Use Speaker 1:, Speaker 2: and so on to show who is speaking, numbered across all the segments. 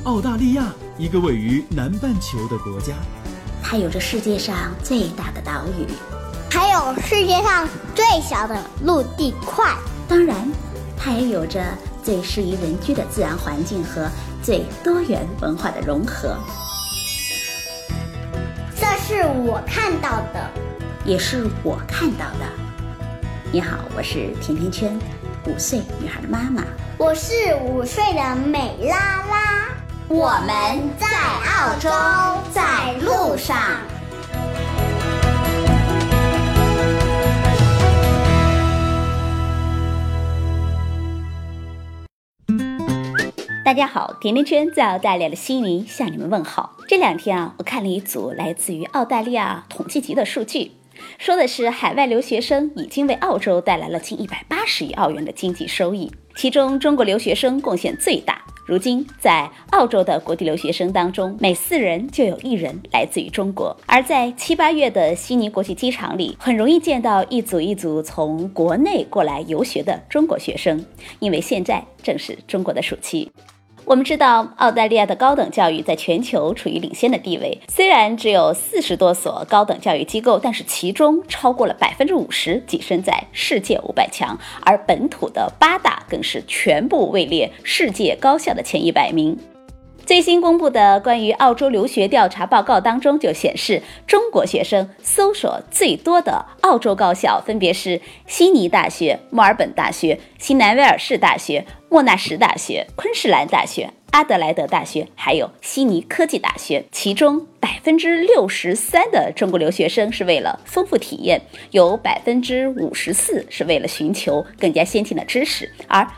Speaker 1: 澳大利亚，一个位于南半球的国家。
Speaker 2: 它有着世界上最大的岛屿，
Speaker 3: 还有世界上最小的陆地块。
Speaker 2: 当然，它也有着最适宜人居的自然环境和最多元文化的融合。
Speaker 3: 这是我看到的，
Speaker 2: 也是我看到的。你好，我是甜甜圈，5岁女孩的妈妈。
Speaker 3: 我是5岁的美拉拉。我们在澳洲，在路上。
Speaker 2: 大家好，甜甜圈在澳大利亚的悉尼向你们问好。这2天我看了一组来自于澳大利亚统计局的数据，说的是海外留学生已经为澳洲带来了近180亿澳元的经济收益，其中中国留学生贡献最大。如今在澳洲的国际留学生当中，每4人就有1人来自于中国。而在7、8月的悉尼国际机场里，很容易见到一组一组从国内过来游学的中国学生，因为现在正是中国的暑期。我们知道澳大利亚的高等教育在全球处于领先的地位，虽然只有40多所高等教育机构，但是其中超过了50%跻身在世界500强，而本土的8大更是全部位列世界高校的前100名。最新公布的关于澳洲留学调查报告当中就显示，中国学生搜索最多的澳洲高校分别是悉尼大学、墨尔本大学、新南威尔士大学、莫纳什大学、昆士兰大学、阿德莱德大学，还有悉尼科技大学。其中63%的中国留学生是为了丰富体验，有54%是为了寻求更加先进的知识，而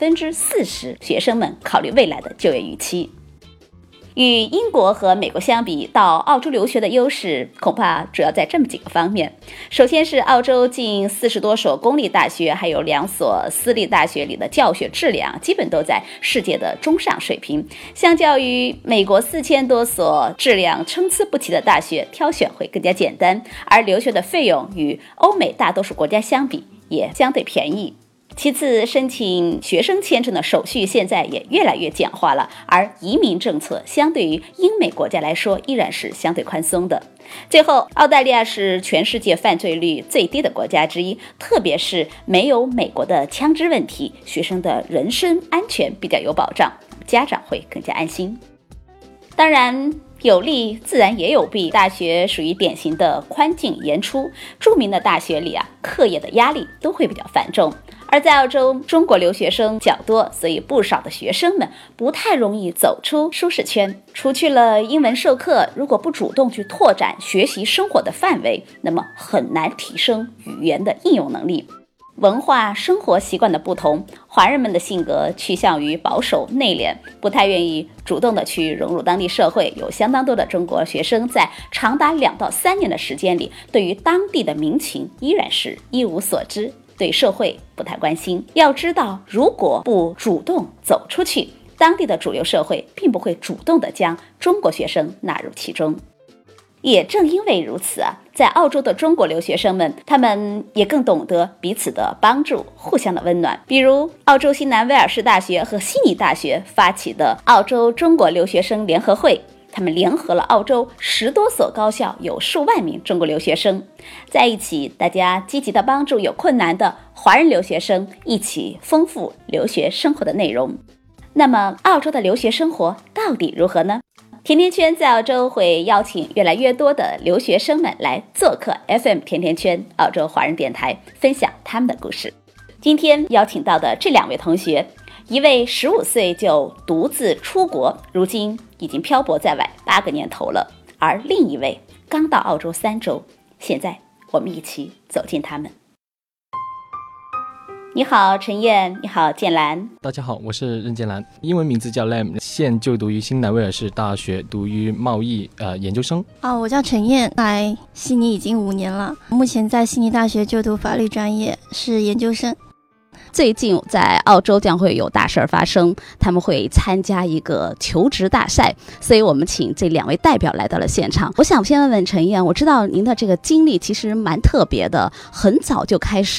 Speaker 2: 40%学生们考虑未来的就业预期。与英国和美国相比，到澳洲留学的优势恐怕主要在这么几个方面。首先是澳洲近40多所公立大学还有2所私立大学里的教学质量基本都在世界的中上水平，相较于美国4000多所质量参差不齐的大学，挑选会更加简单，而留学的费用与欧美大多数国家相比也相对便宜。其次，申请学生签证的手续现在也越来越简化了，而移民政策相对于英美国家来说依然是相对宽松的。最后，澳大利亚是全世界犯罪率最低的国家之一，特别是没有美国的枪支问题，学生的人身安全比较有保障，家长会更加安心。当然，有利自然也有弊，大学属于典型的宽进严出，著名的大学里课业的压力都会比较繁重。而在澳洲，中国留学生较多，所以不少的学生们不太容易走出舒适圈。除去了英文授课，如果不主动去拓展学习生活的范围，那么很难提升语言的应用能力。文化生活习惯的不同，华人们的性格趋向于保守内敛，不太愿意主动的去融入当地社会。有相当多的中国学生在长达2到3年的时间里，对于当地的民情依然是一无所知，对社会不太关心。要知道，如果不主动走出去，当地的主流社会并不会主动的将中国学生纳入其中。也正因为如此在澳洲的中国留学生们，他们也更懂得彼此的帮助，互相的温暖。比如澳洲新南威尔士大学和悉尼大学发起的澳洲中国留学生联合会，他们联合了澳洲10多所高校，有数万名中国留学生在一起，大家积极的帮助有困难的华人留学生，一起丰富留学生活的内容。那么澳洲的留学生活到底如何呢？甜甜圈在澳洲会邀请越来越多的留学生们来做客 FM 甜甜圈澳洲华人电台，分享他们的故事。今天邀请到的这2位同学，一位15岁就独自出国，如今已经漂泊在外8个年头了，而另一位刚到澳洲3周。现在我们一起走进他们。你好陈燕，你好建兰。
Speaker 4: 大家好，我是任建兰，英文名字叫 Lam， 现就读于新南威尔士大学，读于贸易研究生。
Speaker 5: 我叫陈燕，来悉尼已经5年了，目前在悉尼大学就读法律专业，是研究生。
Speaker 2: 最近在澳洲将会有大事发生，他们会参加一个求职大赛，所以我们请这2位代表来到了现场。我想先问问陈燕，我知道您的这个经历其实蛮特别的，很早就开始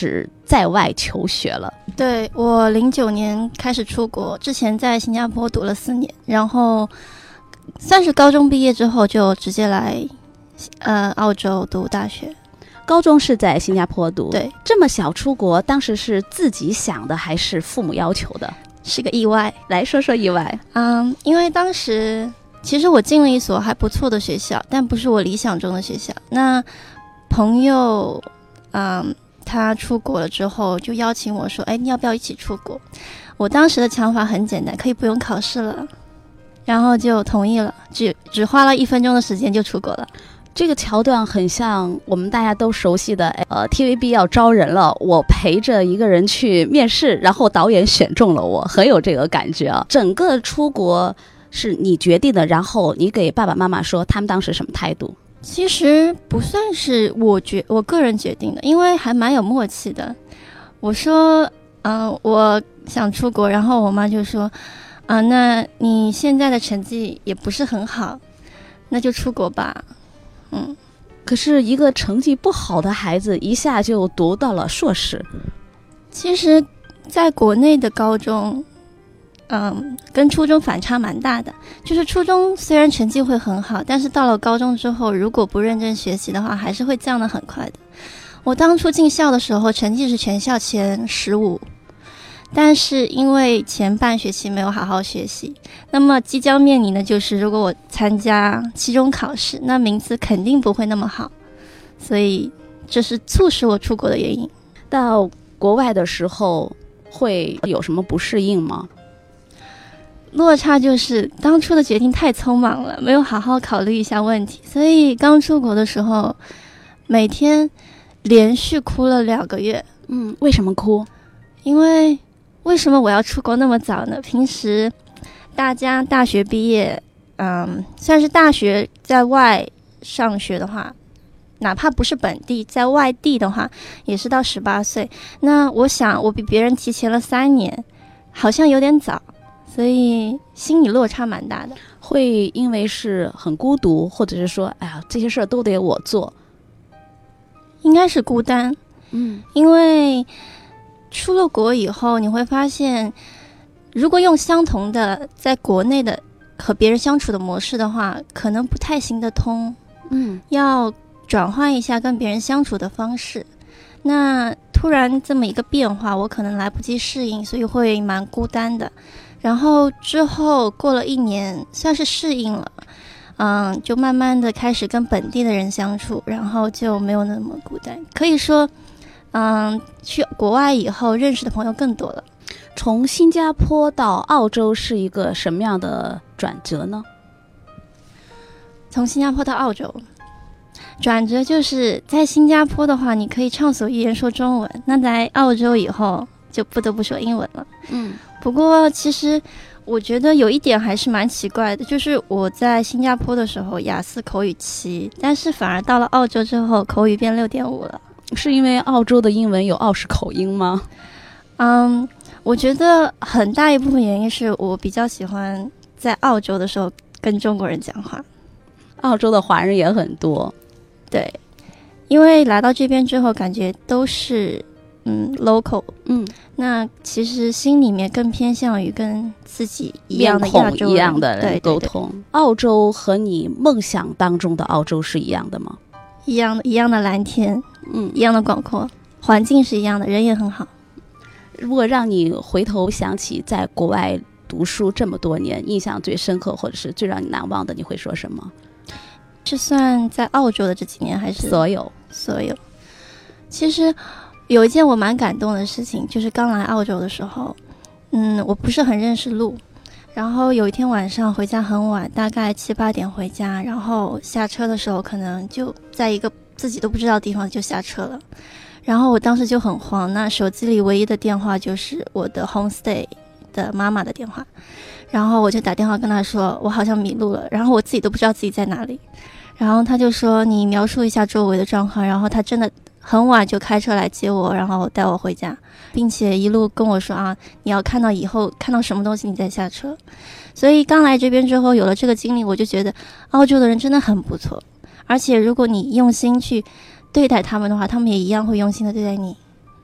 Speaker 2: 在外求学了。
Speaker 5: 对，我09年开始出国，之前在新加坡读了4年，然后算是高中毕业之后就直接来澳洲读大学。
Speaker 2: 高中是在新加坡读，
Speaker 5: 对。
Speaker 2: 这么小出国，当时是自己想的还是父母要求的？
Speaker 5: 是个意外。
Speaker 2: 来说说意外。
Speaker 5: 因为当时其实我进了一所还不错的学校，但不是我理想中的学校。那朋友他出国了之后就邀请我说，你要不要一起出国？我当时的想法很简单，可以不用考试了，然后就同意了，只花了1分钟的时间就出国了。
Speaker 2: 这个桥段很像我们大家都熟悉的TVB 要招人了，我陪着一个人去面试，然后导演选中了我，很有这个感觉啊。整个出国是你决定的，然后你给爸爸妈妈说，他们当时什么态度？
Speaker 5: 其实不算是我个人决定的，因为还蛮有默契的。我说我想出国，然后我妈就说那你现在的成绩也不是很好，那就出国吧。
Speaker 2: 可是一个成绩不好的孩子一下就读到了硕士。
Speaker 5: 其实在国内的高中跟初中反差蛮大的，就是初中虽然成绩会很好，但是到了高中之后，如果不认真学习的话，还是会降得很快的。我当初进校的时候，成绩是全校前15，但是因为前半学期没有好好学习，那么即将面临的就是如果我参加期中考试，那名次肯定不会那么好，所以这是促使我出国的原因。
Speaker 2: 到国外的时候会有什么不适应吗？
Speaker 5: 落差就是当初的决定太匆忙了，没有好好考虑一下问题，所以刚出国的时候每天连续哭了2个月。
Speaker 2: 为什么哭？
Speaker 5: 因为什么我要出国那么早呢？平时大家大学毕业算是大学在外上学的话，哪怕不是本地，在外地的话也是到18岁。那我想我比别人提前了3年，好像有点早，所以心理落差蛮大的。
Speaker 2: 会因为是很孤独，或者是说这些事儿都得我做？
Speaker 5: 应该是孤单。因为出了国以后，你会发现如果用相同的在国内的和别人相处的模式的话，可能不太行得通。要转换一下跟别人相处的方式。那突然这么一个变化，我可能来不及适应，所以会蛮孤单的。然后之后过了1年，算是适应了，就慢慢的开始跟本地的人相处，然后就没有那么孤单。可以说去国外以后认识的朋友更多了。
Speaker 2: 从新加坡到澳洲是一个什么样的转折呢？
Speaker 5: 从新加坡到澳洲转折就是在新加坡的话，你可以畅所欲言说中文，那在澳洲以后就不得不说英文了。不过其实我觉得有一点还是蛮奇怪的，就是我在新加坡的时候雅思口语7，但是反而到了澳洲之后口语变6.5了。
Speaker 2: 是因为澳洲的英文有澳式口音吗？
Speaker 5: 我觉得很大一部分原因是我比较喜欢在澳洲的时候跟中国人讲话。
Speaker 2: 澳洲的华人也很多。
Speaker 5: 对，因为来到这边之后感觉都是local，那其实心里面更偏向于跟自己一样的亚洲人一样的人沟通。
Speaker 2: 对。澳洲和你梦想当中的澳洲是一样的吗？
Speaker 5: 一样的蓝天，一样的广阔，环境是一样的，人也很好。
Speaker 2: 如果让你回头想起在国外读书这么多年，印象最深刻或者是最让你难忘的，你会说什么？
Speaker 5: 是算在澳洲的这几年还是
Speaker 2: 所有？
Speaker 5: 其实有一件我蛮感动的事情，就是刚来澳洲的时候，我不是很认识路，然后有一天晚上回家很晚，大概7、8点回家，然后下车的时候可能就在一个自己都不知道的地方就下车了，然后我当时就很慌，那手机里唯一的电话就是我的 homestay 的妈妈的电话，然后我就打电话跟她说我好像迷路了，然后我自己都不知道自己在哪里，然后她就说你描述一下周围的状况，然后她真的很晚就开车来接我，然后带我回家，并且一路跟我说你要看到以后看到什么东西你再下车。所以刚来这边之后有了这个经历，我就觉得澳洲的人真的很不错，而且如果你用心去对待他们的话，他们也一样会用心的对待你。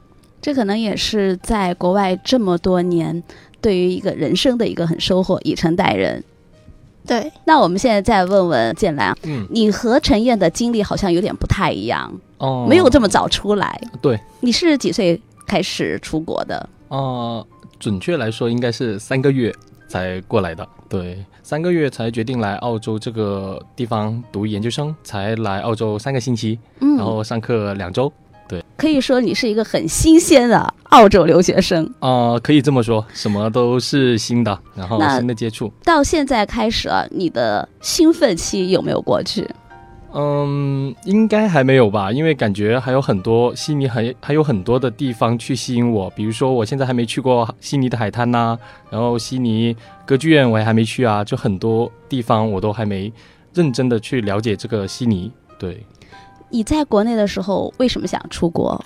Speaker 2: 这可能也是在国外这么多年对于一个人生的一个很收获，以诚待人。
Speaker 5: 对，
Speaker 2: 那我们现在再问问建兰，你和陈燕的经历好像有点不太一样，没有这么早出来。
Speaker 4: 对，
Speaker 2: 你是几岁开始出国的？
Speaker 4: 准确来说应该是3个月才过来的。对，3个月才决定来澳洲这个地方读研究生，才来澳洲3个星期，然后上课2周。对，
Speaker 2: 可以说你是一个很新鲜的澳洲留学生。
Speaker 4: 可以这么说，什么都是新的，然后新的接触。
Speaker 2: 到现在开始你的兴奋期有没有过去？
Speaker 4: 应该还没有吧，因为感觉还有很多悉尼还有很多的地方去吸引我，比如说我现在还没去过悉尼的海滩然后悉尼歌剧院我也还没去啊，就很多地方我都还没认真的去了解这个悉尼。对，
Speaker 2: 你在国内的时候为什么想出国？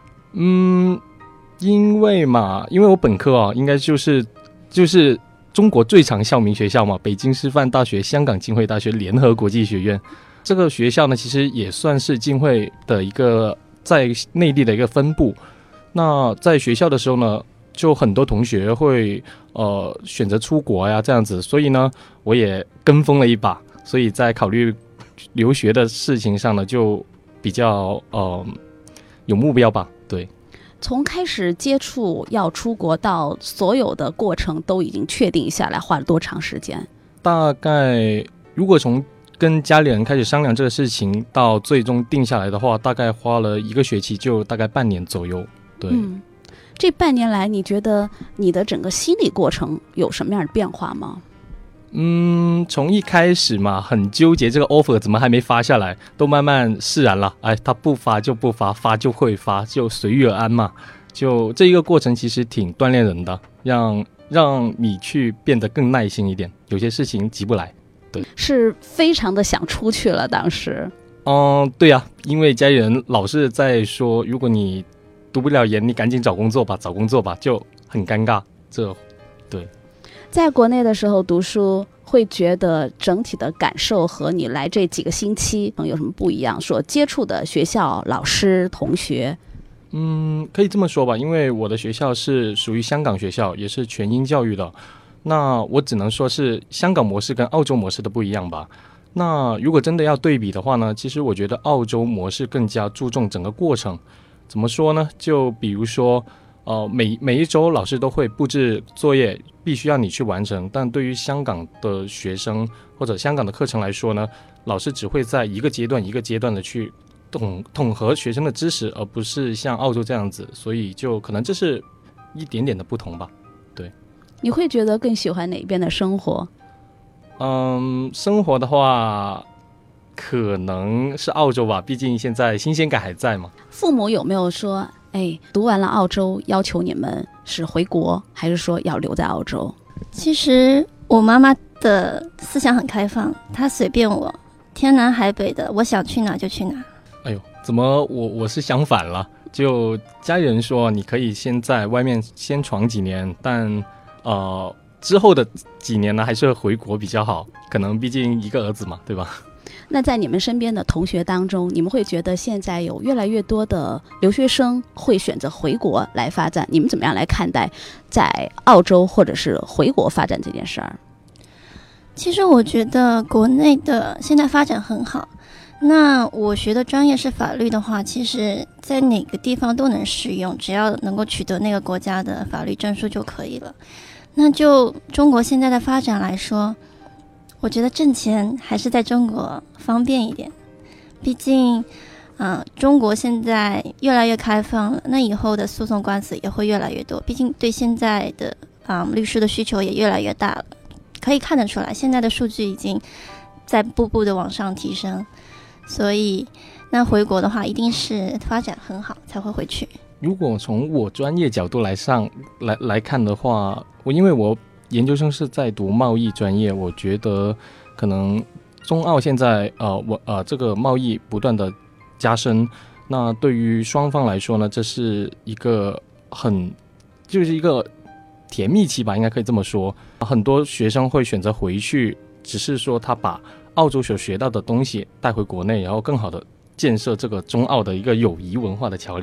Speaker 4: 因为我本科应该就是中国最长校名学校嘛，北京师范大学、香港浸会大学联合国际学院。这个学校呢，其实也算是浸会的一个在内地的一个分部。那在学校的时候呢，就很多同学会选择出国呀这样子，所以呢，我也跟风了一把，所以在考虑留学的事情上呢，就比较有目标吧。对，
Speaker 2: 从开始接触要出国到所有的过程都已经确定下来，花了多长时间？大
Speaker 4: 概如果从跟家里人开始商量这个事情到最终定下来的话，大概花了1个学期，就大概半年左右。对，
Speaker 2: 这半年来你觉得你的整个心理过程有什么样的变化吗？
Speaker 4: 从一开始很纠结这个 offer 怎么还没发下来，都慢慢释然了。他不发就不发，发就会发，就随遇而安嘛。就这一个过程其实挺锻炼人的，让你去变得更耐心一点，有些事情急不来。对，是
Speaker 2: 非常的想出去了当时。
Speaker 4: 对啊，因为家里人老是在说，如果你读不了研，你赶紧找工作吧，就很尴尬。对，
Speaker 2: 在国内的时候读书，会觉得整体的感受和你来这几个星期有什么不一样？所接触的学校、老师、同学？
Speaker 4: 可以这么说吧，因为我的学校是属于香港学校，也是全英教育的。那我只能说是香港模式跟澳洲模式的不一样吧。那如果真的要对比的话呢，其实我觉得澳洲模式更加注重整个过程。怎么说呢？就比如说每一周老师都会布置作业，必须要你去完成，但对于香港的学生或者香港的课程来说呢，老师只会在一个阶段一个阶段的去统合学生的知识，而不是像澳洲这样子，所以就可能这是一点点的不同吧。对，
Speaker 2: 你会觉得更喜欢哪边的生活？
Speaker 4: 生活的话可能是澳洲吧，毕竟现在新鲜感还在嘛。
Speaker 2: 父母有没有说读完了澳洲要求你们是回国，还是说要留在澳洲？
Speaker 5: 其实我妈妈的思想很开放，她随便我，天南海北的，我想去哪就去哪。
Speaker 4: 哎呦，怎么我是相反了？就家里人说你可以先在外面先闯几年，但之后的几年呢，还是回国比较好，可能毕竟一个儿子嘛，对吧？
Speaker 2: 那在你们身边的同学当中，你们会觉得现在有越来越多的留学生会选择回国来发展，你们怎么样来看待在澳洲或者是回国发展这件事儿？
Speaker 5: 其实我觉得国内的现在发展很好，那我学的专业是法律的话，其实在哪个地方都能适用，只要能够取得那个国家的法律证书就可以了。那就中国现在的发展来说，我觉得挣钱还是在中国方便一点，毕竟中国现在越来越开放了，那以后的诉讼官司也会越来越多，毕竟对现在的律师的需求也越来越大了，可以看得出来现在的数据已经在步步的往上提升，所以那回国的话一定是发展很好才会回去。
Speaker 4: 如果从我专业角度来看的话，因为我研究生是在读贸易专业，我觉得可能中澳现在这个贸易不断的加深，那对于双方来说呢，这是一个就是一个甜蜜期吧，应该可以这么说。很多学生会选择回去，只是说他把澳洲所学到的东西带回国内，然后更好的建设这个中澳的一个友谊文化的桥梁。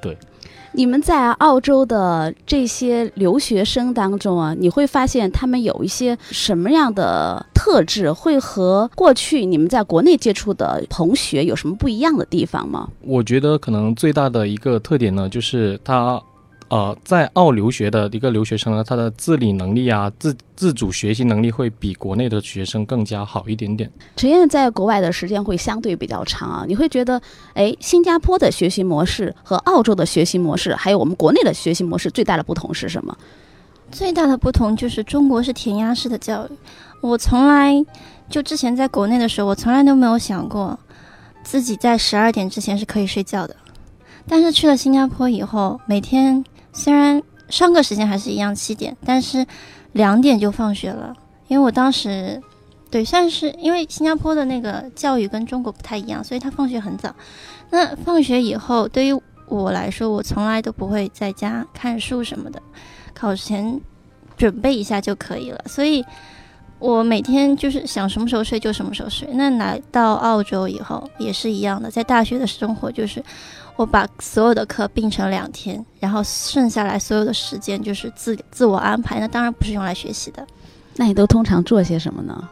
Speaker 4: 对。
Speaker 2: 你们在澳洲的这些留学生当中啊，你会发现他们有一些什么样的特质，会和过去你们在国内接触的同学有什么不一样的地方吗？
Speaker 4: 我觉得可能最大的一个特点呢，就是他在澳留学的一个留学生呢，他的自理能力啊，自主学习能力会比国内的学生更加好一点点。
Speaker 2: 陈燕在国外的时间会相对比较长啊，你会觉得，新加坡的学习模式和澳洲的学习模式，还有我们国内的学习模式最大的不同是什么？
Speaker 5: 最大的不同就是中国是填鸭式的教育。我从来就之前在国内的时候，我从来都没有想过自己在12点之前是可以睡觉的。但是去了新加坡以后，每天虽然上课时间还是一样7点，但是2点就放学了。因为我当时算是因为新加坡的那个教育跟中国不太一样，所以他放学很早。那放学以后对于我来说，我从来都不会在家看书什么的，考前准备一下就可以了。所以我每天就是想什么时候睡就什么时候睡。那来到澳洲以后也是一样的，在大学的生活就是我把所有的课并成2天，然后剩下来所有的时间就是自我安排，那当然不是用来学习的。
Speaker 2: 那你都通常做些什么呢？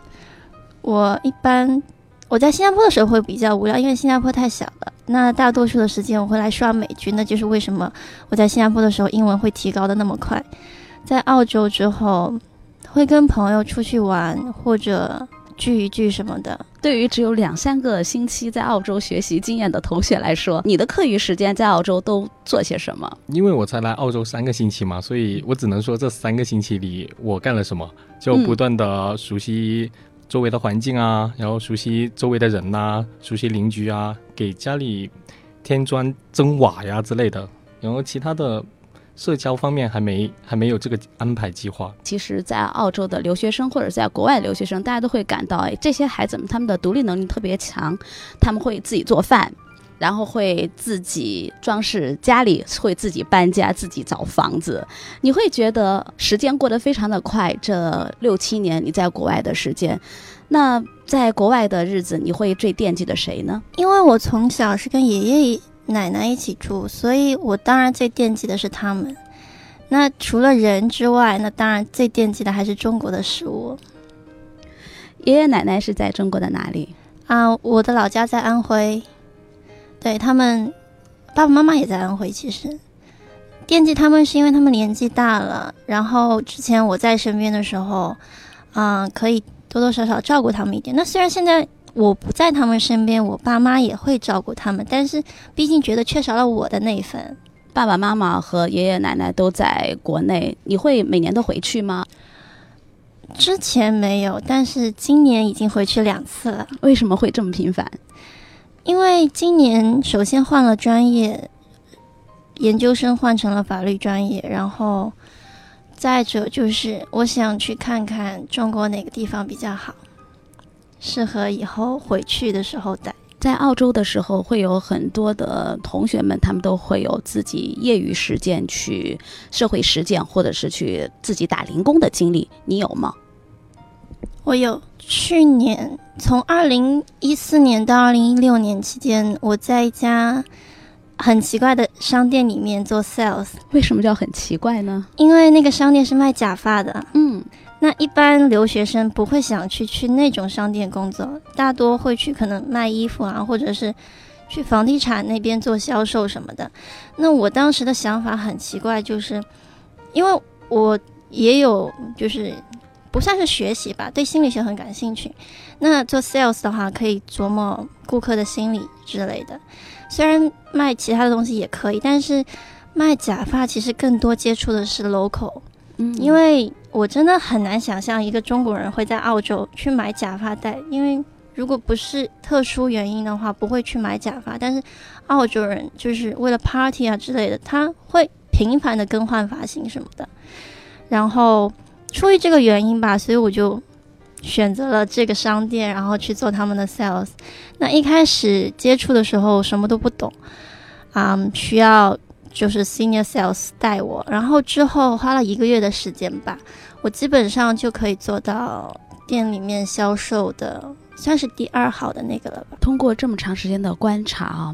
Speaker 5: 我在新加坡的时候会比较无聊，因为新加坡太小了，那大多数的时间我会来刷美剧，那就是为什么我在新加坡的时候英文会提高的那么快。在澳洲之后会跟朋友出去玩，或者聚一聚什么的。
Speaker 2: 对于只有2-3个星期在澳洲学习经验的同学来说，你的课余时间在澳洲都做些什么？
Speaker 4: 因为我才来澳洲3个星期嘛，所以我只能说这3个星期里我干了什么，就不断的熟悉周围的环境啊，然后熟悉周围的人啊，熟悉邻居啊，给家里添砖增瓦呀之类的，然后其他的社交方面还没有这个安排计划。
Speaker 2: 其实在澳洲的留学生或者在国外的留学生，大家都会感到这些孩子们他们的独立能力特别强，他们会自己做饭，然后会自己装饰家里，会自己搬家，自己找房子。你会觉得时间过得非常的快，这6-7年你在国外的时间，那在国外的日子你会最惦记的谁呢？
Speaker 5: 因为我从小是跟爷爷奶奶一起住，所以我当然最惦记的是他们。那除了人之外，那当然最惦记的还是中国的食物。
Speaker 2: 爷爷奶奶是在中国的哪里
Speaker 5: 啊？我的老家在安徽，对，他们爸爸妈妈也在安徽。其实惦记他们是因为他们年纪大了，然后之前我在身边的时候可以多多少少照顾他们一点。那虽然现在我不在他们身边，我爸妈也会照顾他们，但是毕竟觉得缺少了我的那一份。
Speaker 2: 爸爸妈妈和爷爷奶奶都在国内，你会每年都回去吗？
Speaker 5: 之前没有，但是今年已经回去2次了。
Speaker 2: 为什么会这么频繁？
Speaker 5: 因为今年首先换了专业，研究生换成了法律专业，然后再者就是我想去看看中国哪个地方比较好，适合以后回去的时候待。
Speaker 2: 在澳洲的时候会有很多的同学们，他们都会有自己业余时间去社会实践，或者是去自己打零工的经历，你有吗？
Speaker 5: 我有。去年从2014年到2016年期间，我在一家很奇怪的商店里面做 sales。
Speaker 2: 为什么叫很奇怪呢？
Speaker 5: 因为那个商店是卖假发的。那一般留学生不会想去那种商店工作，大多会去可能卖衣服啊，或者是去房地产那边做销售什么的。那我当时的想法很奇怪，就是因为我也有就是不算是学习吧，对心理学很感兴趣。那做 sales 的话可以琢磨顾客的心理之类的，虽然卖其他的东西也可以，但是卖假发其实更多接触的是 local。因为我真的很难想象一个中国人会在澳洲去买假发戴，因为如果不是特殊原因的话不会去买假发，但是澳洲人就是为了 party 啊之类的，他会频繁的更换发型什么的。然后出于这个原因吧，所以我就选择了这个商店，然后去做他们的 sales。 那一开始接触的时候什么都不懂，需要就是 senior sales 带我，然后之后花了1个月的时间吧，我基本上就可以做到店里面销售的算是第2好的那个了吧。
Speaker 2: 通过这么长时间的观察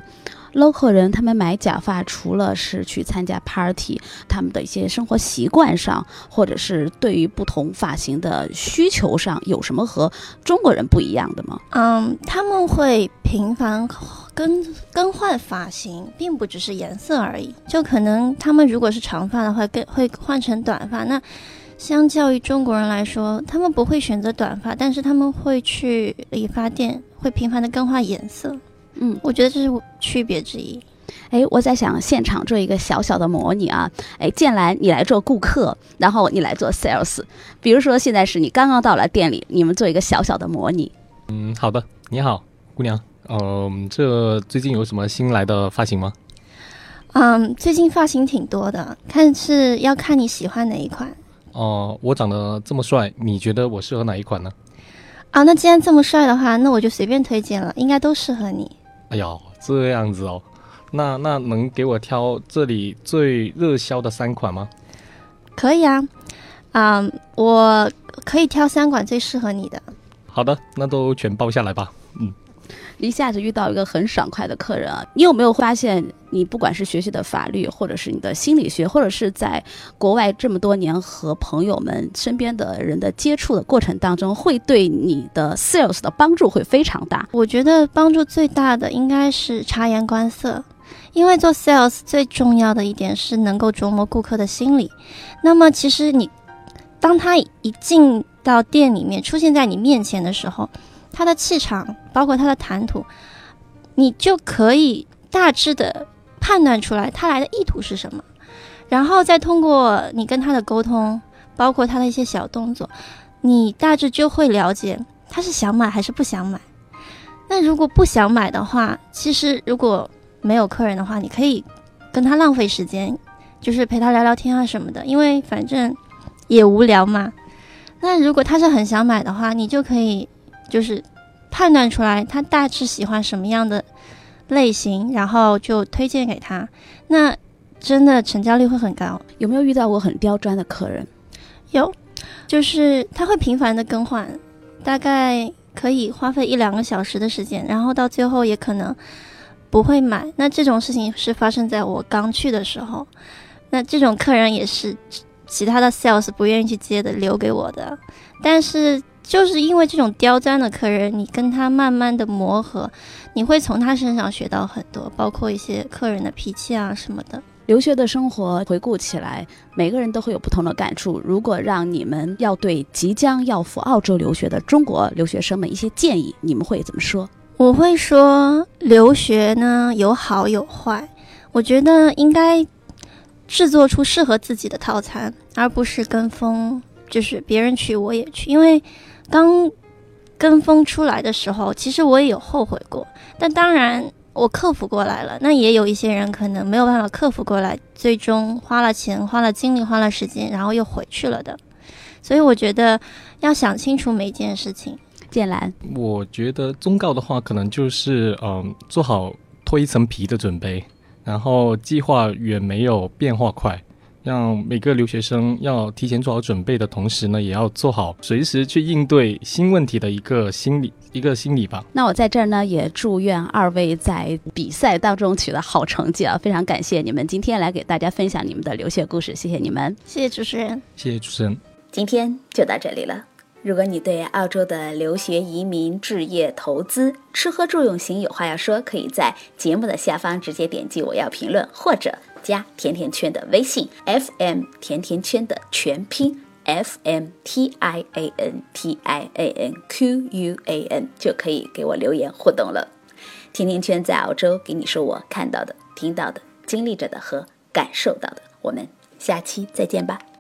Speaker 2: local 人他们买假发除了是去参加 party， 他们的一些生活习惯上，或者是对于不同发型的需求上，有什么和中国人不一样的吗？
Speaker 5: 他们会频繁更换发型，并不只是颜色而已。就可能他们如果是长发的话，会换成短发。那相较于中国人来说，他们不会选择短发，但是他们会去理发店，会频繁的更换颜色。我觉得这是区别之一。
Speaker 2: 我在想现场做一个小小的模拟啊，建兰你来做顾客，然后你来做 sales， 比如说现在是你刚刚到了店里，你们做一个小小的模拟。
Speaker 4: 好的，你好，姑娘，这最近有什么新来的发型吗？
Speaker 5: 最近发型挺多的，要看你喜欢哪一款。
Speaker 4: 我长得这么帅，你觉得我适合哪一款呢？
Speaker 5: 那既然这么帅的话，那我就随便推荐了，应该都适合你。
Speaker 4: 哎呦，这样子哦，那能给我挑这里最热销的3款吗？
Speaker 5: 可以啊，我可以挑3款最适合你的。
Speaker 4: 好的，那都全包下来吧。
Speaker 2: 一下子遇到一个很爽快的客人啊！你有没有发现，你不管是学习的法律，或者是你的心理学，或者是在国外这么多年和朋友们身边的人的接触的过程当中，会对你的 sales 的帮助会非常大？
Speaker 5: 我觉得帮助最大的应该是察言观色，因为做 sales 最重要的一点是能够琢磨顾客的心理。那么其实当他一进到店里面，出现在你面前的时候，他的气场包括他的谈吐，你就可以大致的判断出来他来的意图是什么，然后再通过你跟他的沟通，包括他的一些小动作，你大致就会了解他是想买还是不想买。那如果不想买的话，其实如果没有客人的话，你可以跟他浪费时间，就是陪他聊聊天啊什么的，因为反正也无聊嘛。那如果他是很想买的话，你就可以就是判断出来他大致喜欢什么样的类型，然后就推荐给他，那真的成交率会很高。
Speaker 2: 有没有遇到过很刁钻的客人？
Speaker 5: 有，就是他会频繁的更换，大概可以花费1-2个小时的时间，然后到最后也可能不会买。那这种事情是发生在我刚去的时候，那这种客人也是其他的 sales 不愿意去接的，留给我的。但是就是因为这种刁钻的客人，你跟他慢慢的磨合，你会从他身上学到很多，包括一些客人的脾气啊什么的。
Speaker 2: 留学的生活回顾起来，每个人都会有不同的感触。如果让你们要对即将要赴澳洲留学的中国留学生们一些建议，你们会怎么说？
Speaker 5: 我会说，留学呢有好有坏，我觉得应该制作出适合自己的套餐，而不是跟风，就是别人去我也去。因为刚跟风出来的时候，其实我也有后悔过，但当然我克服过来了。那也有一些人可能没有办法克服过来，最终花了钱、花了精力、花了时间，然后又回去了的。所以我觉得要想清楚每件事情。
Speaker 2: 建兰，
Speaker 4: 我觉得忠告的话，可能就是做好脱一层皮的准备，然后计划远没有变化快。让每个留学生要提前做好准备的同时呢，也要做好随时去应对新问题的一个心理吧。
Speaker 2: 那我在这儿呢，也祝愿2位在比赛当中取得好成绩啊！非常感谢你们今天来给大家分享你们的留学故事，谢谢你们。
Speaker 5: 谢谢主持人。
Speaker 4: 谢谢主持人。
Speaker 2: 今天就到这里了。如果你对澳洲的留学、移民、置业、投资、吃喝住用行有话要说，可以在节目的下方直接点击我要评论，或者加甜甜圈的微信 FM 甜甜圈的全拼 FMTIANTIANQUAN 就可以给我留言互动了。甜甜圈在澳洲给你说我看到的、听到的、经历着的和感受到的。我们下期再见吧。